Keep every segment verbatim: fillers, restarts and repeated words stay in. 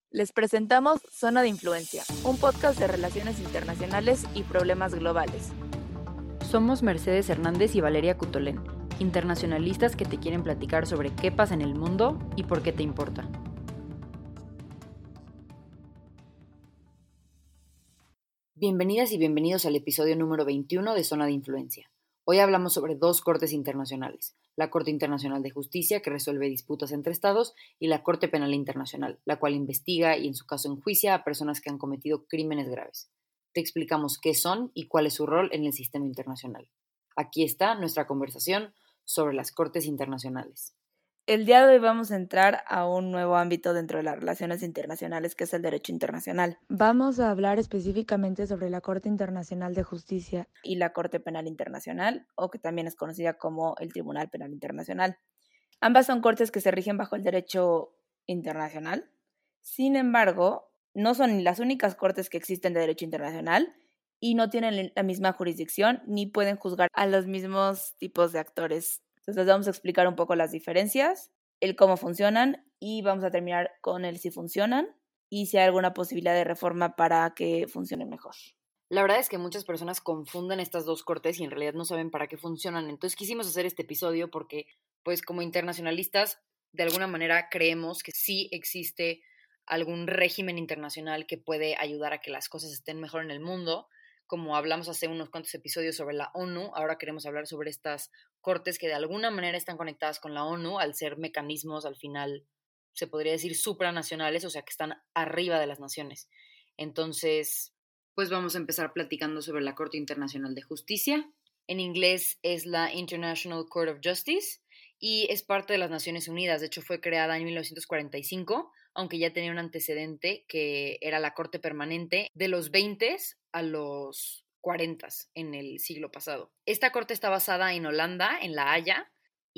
Les presentamos Zona de Influencia, un podcast de relaciones internacionales y problemas globales. Somos Mercedes Hernández y Valeria Cutolén, internacionalistas que te quieren platicar sobre qué pasa en el mundo y por qué te importa. Bienvenidas y bienvenidos al episodio número veintiuno de Zona de Influencia. Hoy hablamos sobre dos cortes internacionales, la Corte Internacional de Justicia, que resuelve disputas entre estados, y la Corte Penal Internacional, la cual investiga y en su caso enjuicia a personas que han cometido crímenes graves. Te explicamos qué son y cuál es su rol en el sistema internacional. Aquí está nuestra conversación sobre las Cortes Internacionales. El día de hoy vamos a entrar a un nuevo ámbito dentro de las relaciones internacionales, que es el derecho internacional. Vamos a hablar específicamente sobre la Corte Internacional de Justicia y la Corte Penal Internacional, o que también es conocida como el Tribunal Penal Internacional. Ambas son cortes que se rigen bajo el derecho internacional. Sin embargo, no son ni las únicas cortes que existen de derecho internacional y no tienen la misma jurisdicción ni pueden juzgar a los mismos tipos de actores. Entonces les vamos a explicar un poco las diferencias, el cómo funcionan y vamos a terminar con el si funcionan y si hay alguna posibilidad de reforma para que funcionen mejor. La verdad es que muchas personas confunden estas dos cortes y en realidad no saben para qué funcionan. Entonces quisimos hacer este episodio porque, pues como internacionalistas, de alguna manera creemos que sí existe algún régimen internacional que puede ayudar a que las cosas estén mejor en el mundo. Como hablamos hace unos cuantos episodios sobre la ONU, ahora queremos hablar sobre estas cortes que de alguna manera están conectadas con la ONU al ser mecanismos, al final, se podría decir supranacionales, o sea, que están arriba de las naciones. Entonces, pues vamos a empezar platicando sobre la Corte Internacional de Justicia. En inglés es la International Court of Justice y es parte de las Naciones Unidas. De hecho, fue creada en mil novecientos cuarenta y cinco, aunque ya tenía un antecedente que era la Corte Permanente de los veinte a los cuarenta en el siglo pasado. Esta corte está basada en Holanda, en La Haya,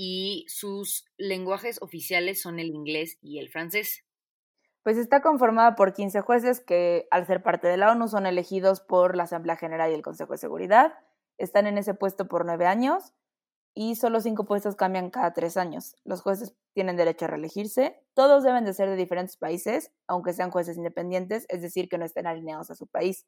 y sus lenguajes oficiales son el inglés y el francés. Pues está conformada por quince jueces que, al ser parte de la ONU, son elegidos por la Asamblea General y el Consejo de Seguridad. Están en ese puesto por nueve años y solo cinco puestos cambian cada tres años. Los jueces tienen derecho a reelegirse. Todos deben de ser de diferentes países, aunque sean jueces independientes, es decir, que no estén alineados a su país.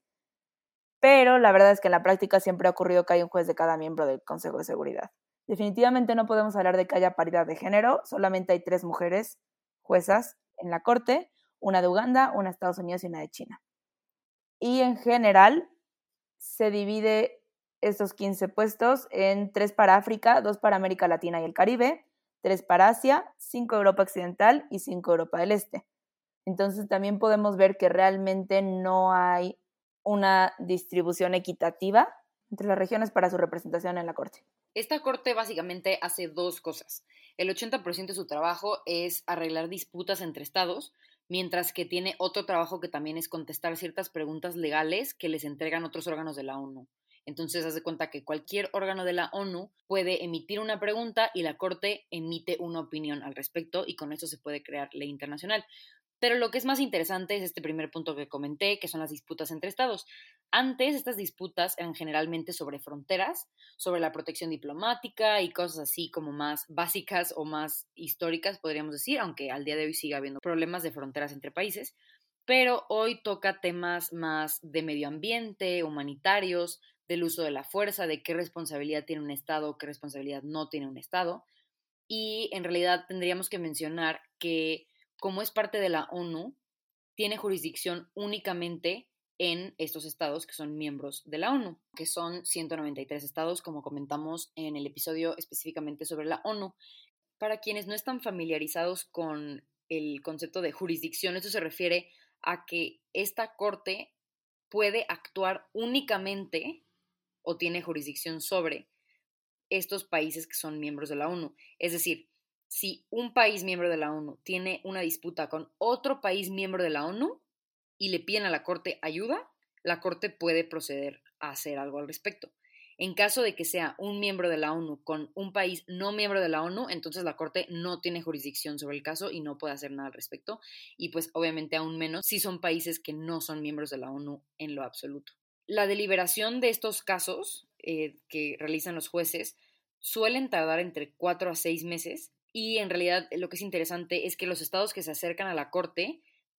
Pero la verdad es que en la práctica siempre ha ocurrido que hay un juez de cada miembro del Consejo de Seguridad. Definitivamente no podemos hablar de que haya paridad de género, solamente hay tres mujeres juezas en la Corte, una de Uganda, una de Estados Unidos y una de China. Y en general se divide estos quince puestos en tres para África, dos para América Latina y el Caribe, tres para Asia, cinco Europa Occidental y cinco Europa del Este. Entonces también podemos ver que realmente no hay una distribución equitativa entre las regiones para su representación en la Corte. Esta corte básicamente hace dos cosas. El ochenta por ciento de su trabajo es arreglar disputas entre estados, mientras que tiene otro trabajo que también es contestar ciertas preguntas legales que les entregan otros órganos de la ONU. Entonces, haz de cuenta que cualquier órgano de la ONU puede emitir una pregunta y la Corte emite una opinión al respecto y con eso se puede crear ley internacional. Pero lo que es más interesante es este primer punto que comenté, que son las disputas entre estados. Antes, estas disputas eran generalmente sobre fronteras, sobre la protección diplomática y cosas así como más básicas o más históricas, podríamos decir, aunque al día de hoy sigue habiendo problemas de fronteras entre países. Pero hoy toca temas más de medio ambiente, humanitarios, del uso de la fuerza, de qué responsabilidad tiene un Estado, qué responsabilidad no tiene un Estado. Y en realidad tendríamos que mencionar que, como es parte de la ONU, tiene jurisdicción únicamente en estos estados que son miembros de la ONU, que son ciento noventa y tres estados, como comentamos en el episodio específicamente sobre la ONU. Para quienes no están familiarizados con el concepto de jurisdicción, esto se refiere a que esta corte puede actuar únicamente o tiene jurisdicción sobre estos países que son miembros de la ONU. Es decir, si un país miembro de la ONU tiene una disputa con otro país miembro de la ONU y le piden a la Corte ayuda, la Corte puede proceder a hacer algo al respecto. En caso de que sea un miembro de la ONU con un país no miembro de la ONU, entonces la Corte no tiene jurisdicción sobre el caso y no puede hacer nada al respecto. Y pues obviamente aún menos si son países que no son miembros de la ONU en lo absoluto. La deliberación de estos casos eh, que realizan los jueces suelen tardar entre cuatro a seis meses y en realidad lo que es interesante es que los estados que se acercan a la Corte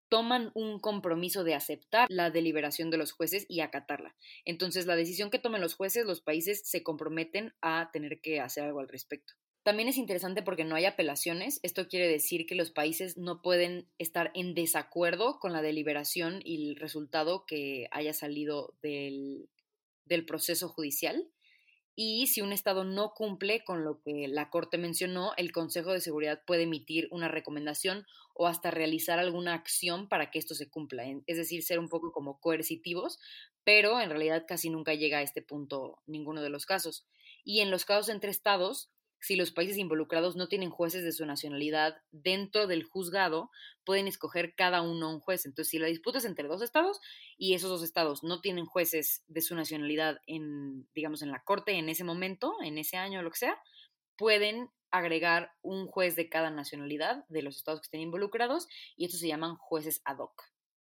toman un compromiso de aceptar la deliberación de los jueces y acatarla. Entonces, la decisión que tomen los jueces, los países se comprometen a tener que hacer algo al respecto. También es interesante porque no hay apelaciones. Esto quiere decir que los países no pueden estar en desacuerdo con la deliberación y el resultado que haya salido del, del proceso judicial. Y si un Estado no cumple con lo que la Corte mencionó, el Consejo de Seguridad puede emitir una recomendación o hasta realizar alguna acción para que esto se cumpla. Es decir, ser un poco como coercitivos, pero en realidad casi nunca llega a este punto ninguno de los casos. Y en los casos entre Estados, si los países involucrados no tienen jueces de su nacionalidad dentro del juzgado, pueden escoger cada uno un juez. Entonces, si la disputa es entre dos estados y esos dos estados no tienen jueces de su nacionalidad en, digamos, en la corte en ese momento, en ese año o lo que sea, pueden agregar un juez de cada nacionalidad de los estados que estén involucrados y estos se llaman jueces ad hoc.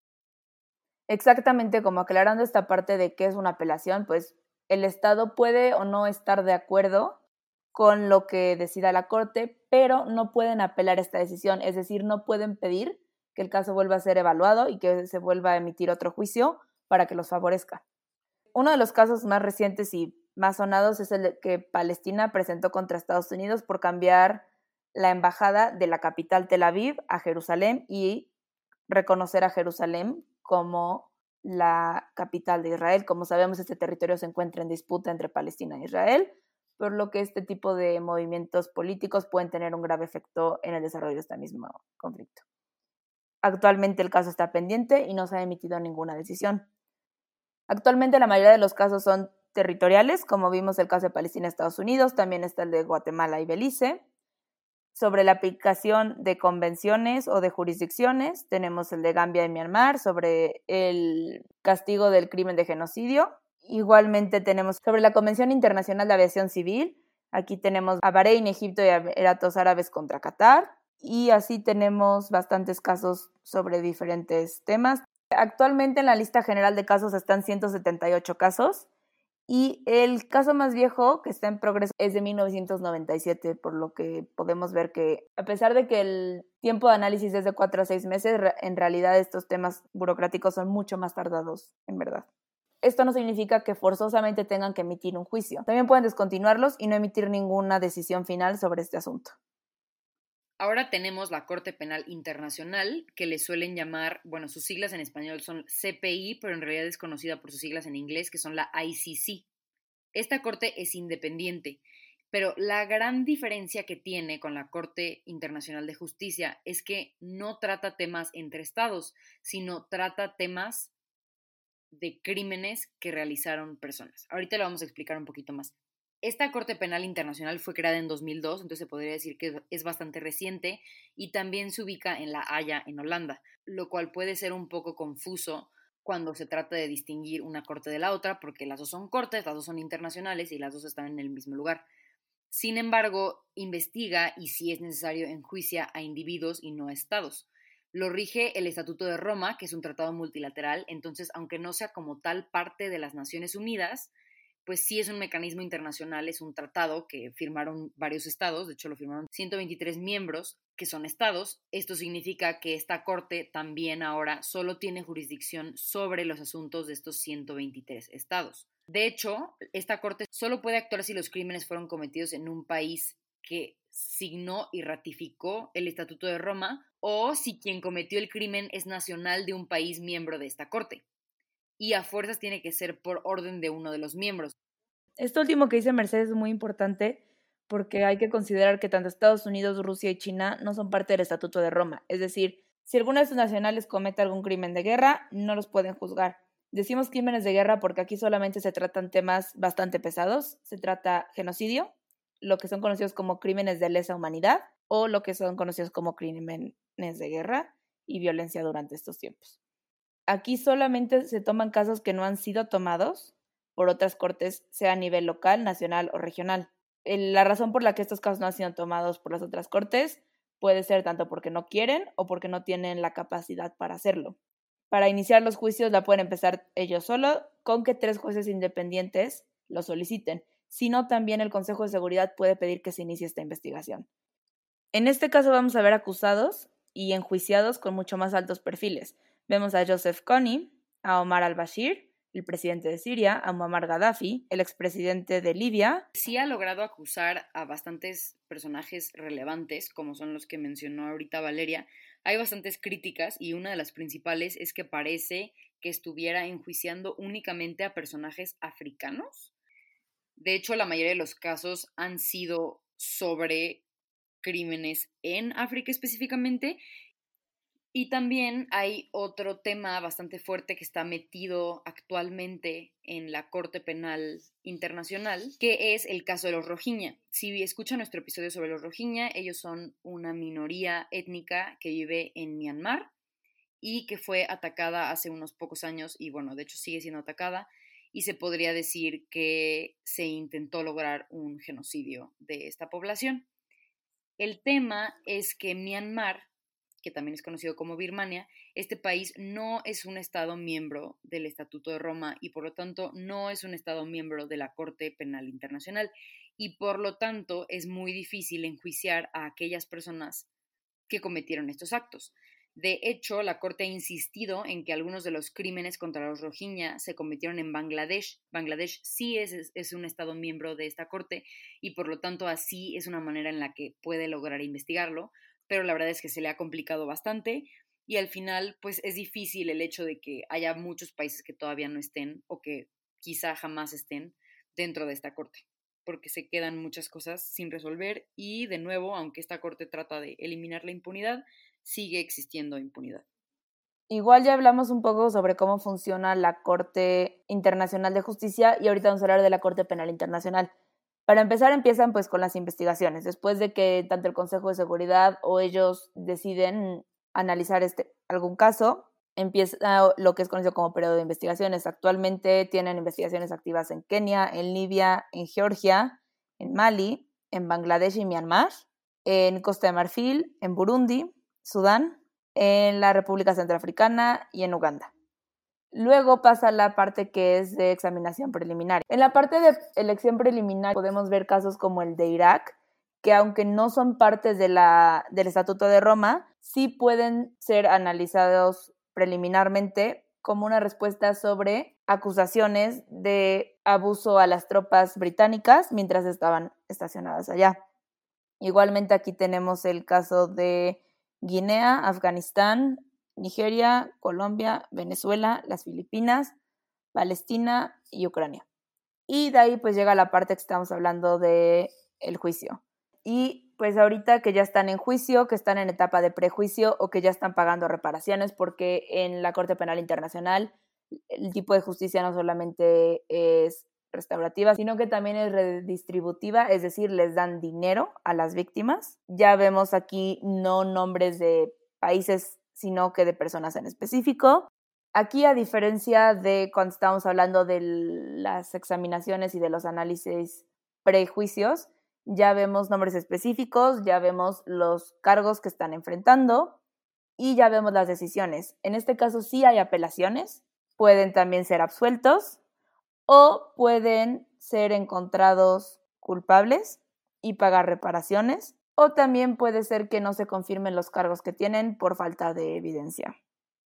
Exactamente, como aclarando esta parte de qué es una apelación, pues el estado puede o no estar de acuerdo con lo que decida la Corte, pero no pueden apelar esta decisión, es decir, no pueden pedir que el caso vuelva a ser evaluado y que se vuelva a emitir otro juicio para que los favorezca. Uno de los casos más recientes y más sonados es el que Palestina presentó contra Estados Unidos por cambiar la embajada de la capital Tel Aviv a Jerusalén y reconocer a Jerusalén como la capital de Israel. Como sabemos, este territorio se encuentra en disputa entre Palestina e Israel, por lo que este tipo de movimientos políticos pueden tener un grave efecto en el desarrollo de este mismo conflicto. Actualmente el caso está pendiente y no se ha emitido ninguna decisión. Actualmente la mayoría de los casos son territoriales, como vimos el caso de Palestina y Estados Unidos, también está el de Guatemala y Belice. Sobre la aplicación de convenciones o de jurisdicciones, tenemos el de Gambia y Myanmar sobre el castigo del crimen de genocidio. Igualmente tenemos sobre la Convención Internacional de Aviación Civil, aquí tenemos a Bahrein, Egipto y Emiratos Árabes contra Qatar, y así tenemos bastantes casos sobre diferentes temas. Actualmente en la lista general de casos están ciento setenta y ocho casos, y el caso más viejo que está en progreso es de mil novecientos noventa y siete, por lo que podemos ver que a pesar de que el tiempo de análisis es de cuatro a seis meses, en realidad estos temas burocráticos son mucho más tardados, en verdad. Esto no significa que forzosamente tengan que emitir un juicio. También pueden descontinuarlos y no emitir ninguna decisión final sobre este asunto. Ahora tenemos la Corte Penal Internacional, que le suelen llamar, bueno, sus siglas en español son C P I, pero en realidad es conocida por sus siglas en inglés, que son la I C C. Esta corte es independiente, pero la gran diferencia que tiene con la Corte Internacional de Justicia es que no trata temas entre estados, sino trata temas de crímenes que realizaron personas. Ahorita lo vamos a explicar un poquito más. Esta Corte Penal Internacional fue creada en dos mil dos, entonces se podría decir que es bastante reciente y también se ubica en La Haya, en Holanda, lo cual puede ser un poco confuso cuando se trata de distinguir una corte de la otra, porque las dos son cortes, las dos son internacionales y las dos están en el mismo lugar. Sin embargo, investiga y, si es necesario, enjuicia a individuos y no a estados. Lo rige el Estatuto de Roma, que es un tratado multilateral, entonces, aunque no sea como tal parte de las Naciones Unidas, pues sí es un mecanismo internacional, es un tratado que firmaron varios estados, de hecho lo firmaron ciento veintitrés miembros, que son estados. Esto significa que esta corte también ahora solo tiene jurisdicción sobre los asuntos de estos ciento veintitrés estados. De hecho, esta corte solo puede actuar si los crímenes fueron cometidos en un país que signó y ratificó el Estatuto de Roma, o si quien cometió el crimen es nacional de un país miembro de esta corte. Y a fuerzas tiene que ser por orden de uno de los miembros. Esto último que dice Mercedes es muy importante porque hay que considerar que tanto Estados Unidos, Rusia y China no son parte del Estatuto de Roma. Es decir, si alguno de sus nacionales comete algún crimen de guerra, no los pueden juzgar. Decimos crímenes de guerra porque aquí solamente se tratan temas bastante pesados. Se trata genocidio, lo que son conocidos como crímenes de lesa humanidad, o lo que son conocidos como crímenes de guerra y violencia durante estos tiempos. Aquí solamente se toman casos que no han sido tomados por otras cortes, sea a nivel local, nacional o regional. La razón por la que estos casos no han sido tomados por las otras cortes puede ser tanto porque no quieren o porque no tienen la capacidad para hacerlo. Para iniciar los juicios la pueden empezar ellos solo, con que tres jueces independientes lo soliciten. Si no, también el Consejo de Seguridad puede pedir que se inicie esta investigación. En este caso vamos a ver acusados y enjuiciados con mucho más altos perfiles. Vemos a Joseph Kony, a Omar al-Bashir, el presidente de Siria, a Muammar Gaddafi, el expresidente de Libia. Sí ha logrado acusar a bastantes personajes relevantes, como son los que mencionó ahorita Valeria. Hay bastantes críticas y una de las principales es que parece que estuviera enjuiciando únicamente a personajes africanos. De hecho, la mayoría de los casos han sido sobre crímenes en África específicamente. Y también hay otro tema bastante fuerte que está metido actualmente en la Corte Penal Internacional, que es el caso de los Rohingya. Si escuchan nuestro episodio sobre los Rohingya, ellos son una minoría étnica que vive en Myanmar y que fue atacada hace unos pocos años y bueno, de hecho sigue siendo atacada y se podría decir que se intentó lograr un genocidio de esta población. El tema es que Myanmar, que también es conocido como Birmania, este país no es un estado miembro del Estatuto de Roma y por lo tanto no es un estado miembro de la Corte Penal Internacional y por lo tanto es muy difícil enjuiciar a aquellas personas que cometieron estos actos. De hecho, la Corte ha insistido en que algunos de los crímenes contra los Rohingya se cometieron en Bangladesh. Bangladesh sí es, es, es un estado miembro de esta Corte y por lo tanto así es una manera en la que puede lograr investigarlo, pero la verdad es que se le ha complicado bastante y al final pues es difícil el hecho de que haya muchos países que todavía no estén o que quizá jamás estén dentro de esta corte, porque se quedan muchas cosas sin resolver y de nuevo, aunque esta corte trata de eliminar la impunidad, sigue existiendo impunidad. Igual ya hablamos un poco sobre cómo funciona la Corte Internacional de Justicia y ahorita vamos a hablar de la Corte Penal Internacional. Para empezar, empiezan pues con las investigaciones. Después de que tanto el Consejo de Seguridad o ellos deciden analizar este, algún caso, empieza lo que es conocido como periodo de investigaciones. Actualmente tienen investigaciones activas en Kenia, en Libia, en Georgia, en Mali, en Bangladesh y Myanmar, en Costa de Marfil, en Burundi, Sudán, en la República Centroafricana y en Uganda. Luego pasa la parte que es de examinación preliminar. En la parte de elección preliminar podemos ver casos como el de Irak, que aunque no son partes de la, del Estatuto de Roma, sí pueden ser analizados preliminarmente como una respuesta sobre acusaciones de abuso a las tropas británicas mientras estaban estacionadas allá. Igualmente aquí tenemos el caso de Guinea, Afganistán, Nigeria, Colombia, Venezuela, las Filipinas, Palestina y Ucrania. Y de ahí pues llega la parte que estamos hablando del juicio. Y pues ahorita que ya están en juicio, que están en etapa de prejuicio o que ya están pagando reparaciones, porque en la Corte Penal Internacional el tipo de justicia no solamente es restaurativa, sino que también es redistributiva, es decir, les dan dinero a las víctimas. Ya vemos aquí no nombres de países, sino que de personas en específico. Aquí, a diferencia de cuando estábamos hablando de las examinaciones y de los análisis prejuicios, ya vemos nombres específicos, ya vemos los cargos que están enfrentando y ya vemos las decisiones. En este caso sí hay apelaciones, pueden también ser absueltos o pueden ser encontrados culpables y pagar reparaciones, o también puede ser que no se confirmen los cargos que tienen por falta de evidencia.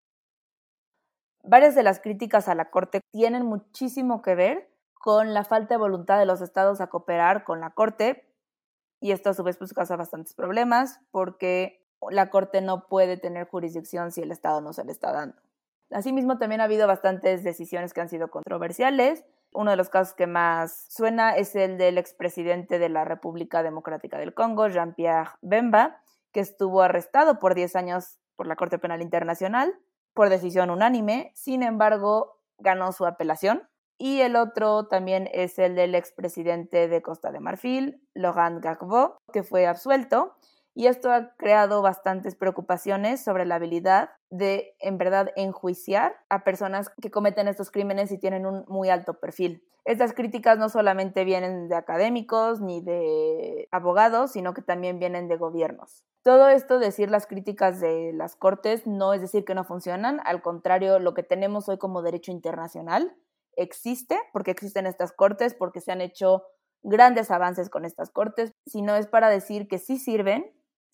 Varias de las críticas a la Corte tienen muchísimo que ver con la falta de voluntad de los estados a cooperar con la Corte, y esto a su vez pues causa bastantes problemas porque la Corte no puede tener jurisdicción si el estado no se le está dando. Asimismo, también ha habido bastantes decisiones que han sido controversiales. Uno de los casos que más suena es el del expresidente de la República Democrática del Congo, Jean-Pierre Bemba, que estuvo arrestado por diez años por la Corte Penal Internacional por decisión unánime. Sin embargo, ganó su apelación. Y el otro también es el del expresidente de Costa de Marfil, Laurent Gbagbo, que fue absuelto. Y esto ha creado bastantes preocupaciones sobre la habilidad de, en verdad, enjuiciar a personas que cometen estos crímenes y tienen un muy alto perfil. Estas críticas no solamente vienen de académicos ni de abogados, sino que también vienen de gobiernos. Todo esto, decir las críticas de las cortes, no es decir que no funcionan. Al contrario, lo que tenemos hoy como derecho internacional existe, porque existen estas cortes, porque se han hecho grandes avances con estas cortes, sino es para decir que sí sirven,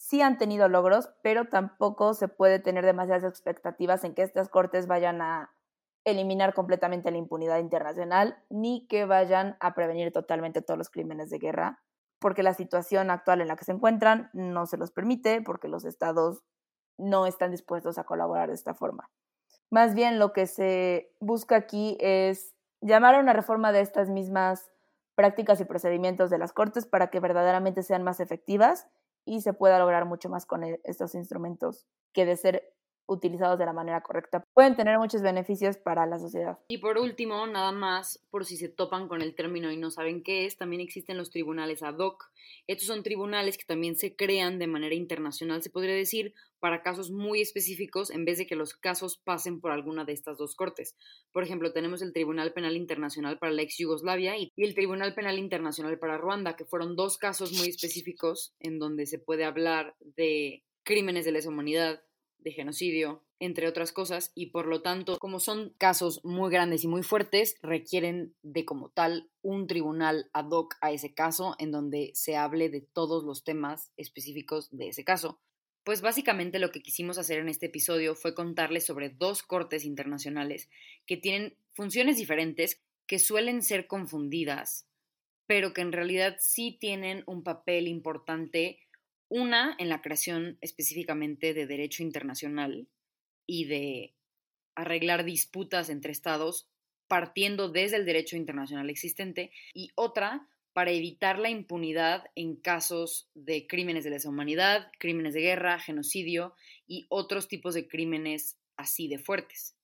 sí han tenido logros, pero tampoco se puede tener demasiadas expectativas en que estas cortes vayan a eliminar completamente la impunidad internacional, ni que vayan a prevenir totalmente todos los crímenes de guerra, porque la situación actual en la que se encuentran no se los permite, porque los estados no están dispuestos a colaborar de esta forma. Más bien lo que se busca aquí es llamar a una reforma de estas mismas prácticas y procedimientos de las cortes para que verdaderamente sean más efectivas y se pueda lograr mucho más con estos instrumentos que, de ser utilizados de la manera correcta, pueden tener muchos beneficios para la sociedad. Y por último, nada más, por si se topan con el término y no saben qué es, también existen los tribunales ad hoc. Estos son tribunales que también se crean de manera internacional, se podría decir, para casos muy específicos, en vez de que los casos pasen por alguna de estas dos cortes. Por ejemplo, tenemos el Tribunal Penal Internacional para la ex Yugoslavia y el Tribunal Penal Internacional para Ruanda, que fueron dos casos muy específicos en donde se puede hablar de crímenes de lesa humanidad, de genocidio, entre otras cosas, y por lo tanto, como son casos muy grandes y muy fuertes, requieren de como tal un tribunal ad hoc a ese caso, en donde se hable de todos los temas específicos de ese caso. Pues básicamente lo que quisimos hacer en este episodio fue contarles sobre dos cortes internacionales que tienen funciones diferentes, que suelen ser confundidas, pero que en realidad sí tienen un papel importante. Una, en la creación específicamente de derecho internacional y de arreglar disputas entre estados partiendo desde el derecho internacional existente, y otra, para evitar la impunidad en casos de crímenes de lesa humanidad, crímenes de guerra, genocidio y otros tipos de crímenes así de fuertes.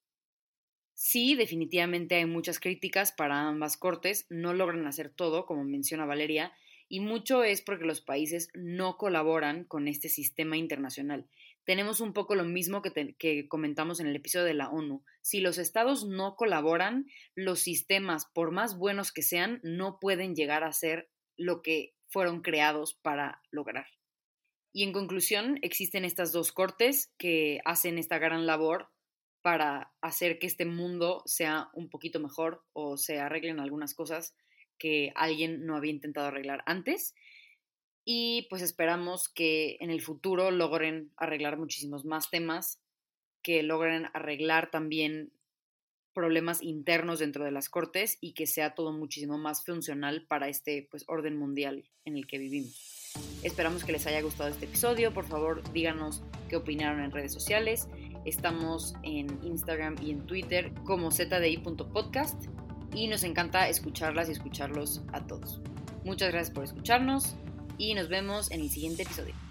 Sí, definitivamente hay muchas críticas para ambas cortes, no logran hacer todo, como menciona Valeria, y mucho es porque los países no colaboran con este sistema internacional. Tenemos un poco lo mismo que, te, que comentamos en el episodio de la ONU. Si los estados no colaboran, los sistemas, por más buenos que sean, no pueden llegar a ser lo que fueron creados para lograr. Y en conclusión, existen estas dos cortes que hacen esta gran labor para hacer que este mundo sea un poquito mejor o se arreglen algunas cosas que alguien no había intentado arreglar antes, y pues esperamos que en el futuro logren arreglar muchísimos más temas, que logren arreglar también problemas internos dentro de las cortes y que sea todo muchísimo más funcional para este pues orden mundial en el que vivimos. Esperamos que les haya gustado este episodio. Por favor, díganos qué opinaron en redes sociales. Estamos en Instagram y en Twitter como z d i punto podcast. Y nos encanta escucharlas y escucharlos a todos. Muchas gracias por escucharnos y nos vemos en el siguiente episodio.